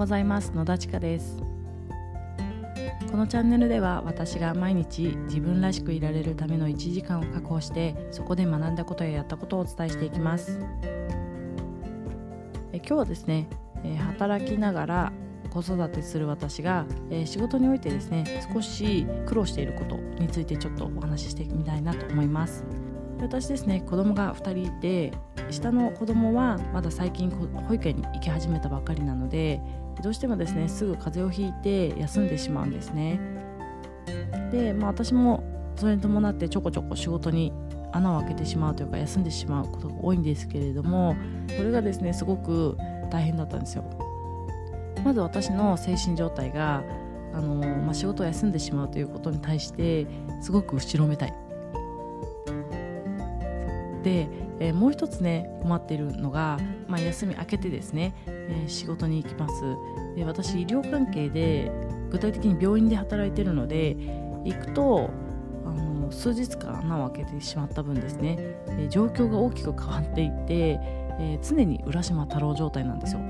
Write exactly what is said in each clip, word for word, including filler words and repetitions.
ございます。野田千佳です。このチャンネルでは私が毎日自分らしくいられるためのいちじかんを確保して、そこで学んだことややったことをお伝えしていきます。え今日はですね、え働きながら子育てする私が、え仕事においてですね少し苦労していることについてちょっとお話ししてみたいなと思います。私ですね、子供がふたりいて、下の子供はまだ最近保育園に行き始めたばかりなので、どうしてもですねすぐ風邪をひいて休んでしまうんですね。で、まあ、私もそれに伴ってちょこちょこ仕事に穴を開けてしまうというか休んでしまうことが多いんですけれども、それがですねすごく大変だったんですよ。まず私の精神状態があの、まあ、仕事を休んでしまうということに対してすごく後ろめたいで、えー、もう一つね困っているのが、まあ、休み明けてですね、えー、仕事に行きます。で、私医療関係で具体的に病院で働いているので、行くとあの数日間穴を開けてしまった分ですね、えー、状況が大きく変わっていって、えー、常に浦島太郎状態なんですよ。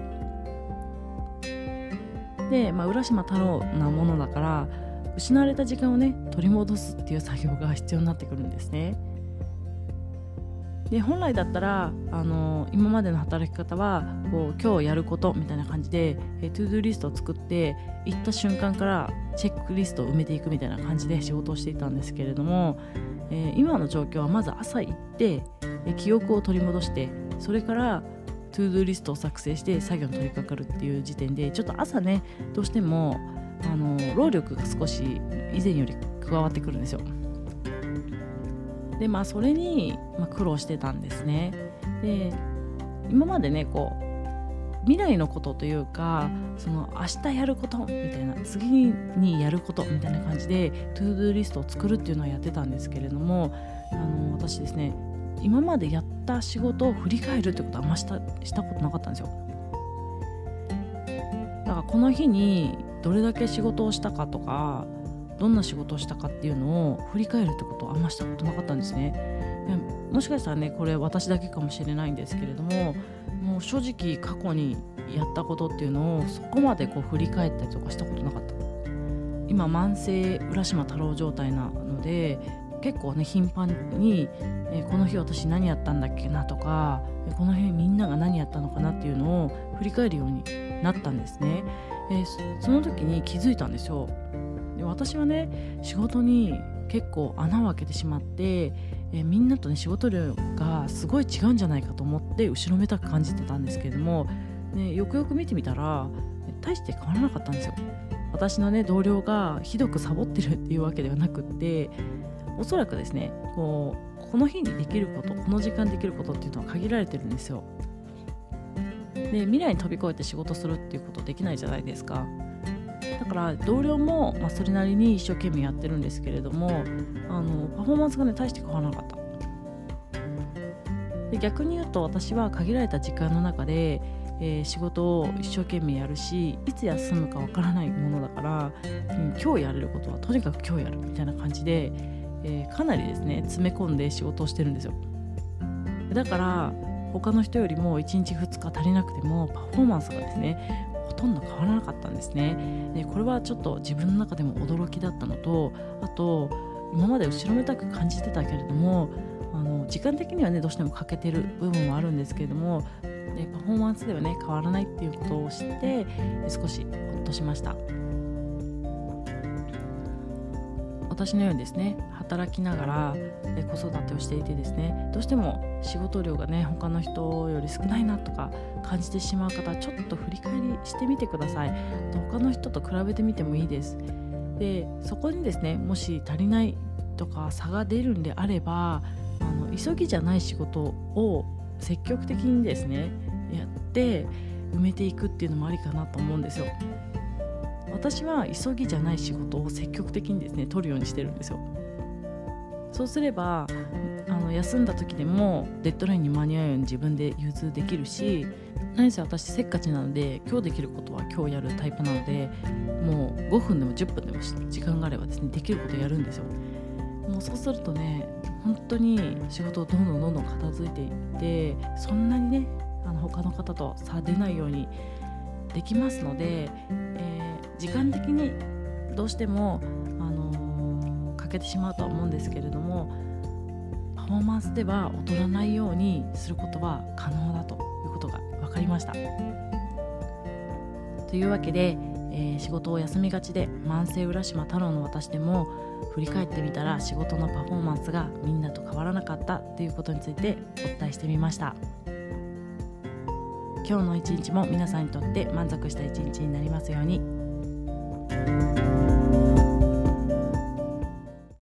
で、まあ、浦島太郎なものだから失われた時間をね取り戻すっていう作業が必要になってくるんですね。で、本来だったらあの今までの働き方はこう今日やることみたいな感じでえトゥードゥーリストを作って行った瞬間からチェックリストを埋めていくみたいな感じで仕事をしていたんですけれども、えー、今の状況はまず朝行ってえ記憶を取り戻して、それからトゥードゥーリストを作成して作業に取り掛かるっていう時点でちょっと朝ねどうしてもあの労力が少し以前より加わってくるんですよ。で、まあそれに、まあ、苦労してたんですね。で、今までねこう未来のことというか、その明日やることみたいな、次にやることみたいな感じでトゥードゥーリストを作るっていうのはやってたんですけれども、あの私ですね今までやった仕事を振り返るってことはあんましたしたことなかったんですよ。だからこの日にどれだけ仕事をしたかとか、どんな仕事をしたかっていうのを振り返るってことはあんましたことなかったんですね。でもしかしたらねこれ私だけかもしれないんですけれども、もう正直過去にやったことっていうのをそこまでこう振り返ったりとかしたことなかった。今慢性浦島太郎状態なので結構ね頻繁に、えー、この日私何やったんだっけなとか、この日みんなが何やったのかなっていうのを振り返るようになったんですね。えー、その時に気づいたんですよ。で、私はね仕事に結構穴を開けてしまって、えー、みんなとね仕事量がすごい違うんじゃないかと思って後ろめたく感じてたんですけれども、ね、よくよく見てみたら大して変わらなかったんですよ。私のね同僚がひどくサボってるっていうわけではなくって、おそらくですねこうこの日にできること、この時間できることっていうのは限られてるんですよ。で、未来に飛び越えて仕事するっていうことできないじゃないですか。だから同僚も、まあ、それなりに一生懸命やってるんですけれども、あのパフォーマンスがね大して変わらなかった。で、逆に言うと私は限られた時間の中で、えー、仕事を一生懸命やるし、いつ休むかわからないものだから、うん、今日やれることはとにかく今日やるみたいな感じで、えー、かなりですね詰め込んで仕事をしてるんですよ。だから他の人よりもいちにちふつか足りなくてもパフォーマンスがですねほとんど変わらなかったんですね。で、これはちょっと自分の中でも驚きだったのと、あと今まで後ろめたく感じてたけれども、あの時間的にはねどうしても欠けてる部分もあるんですけれども、でパフォーマンスではね変わらないっていうことを知って少しほっとしました。私のようにですね働きながら子育てをしていてですね、どうしても仕事量がね他の人より少ないなとか感じてしまう方はちょっと振り返りしてみてください。他の人と比べてみてもいいです。で、そこにですねもし足りないとか差が出るんであれば、あの急ぎじゃない仕事を積極的にですねやって埋めていくっていうのもありかなと思うんですよ。私は急ぎじゃない仕事を積極的にですね取るようにしてるんですよ。そうすればあの休んだ時でもデッドラインに間に合うように自分で融通できるし、何せ私せっかちなので今日できることは今日やるタイプなので、もうごふんでもじゅっぷんでも時間があればですねできることやるんですよ。もうそうするとね本当に仕事をどんどんどんどん片付いていって、そんなにねあの他の方と差出ないようにできますので、えー、時間的にどうしても、あのー、欠けてしまうとは思うんですけれども、パフォーマンスでは劣らないようにすることは可能だということが分かりました。というわけで、えー、仕事を休みがちで慢性浦島太郎の私でも振り返ってみたら仕事のパフォーマンスがみんなと変わらなかったということについてお伝えしてみました。今日の一日も皆さんにとって満足した一日になりますように。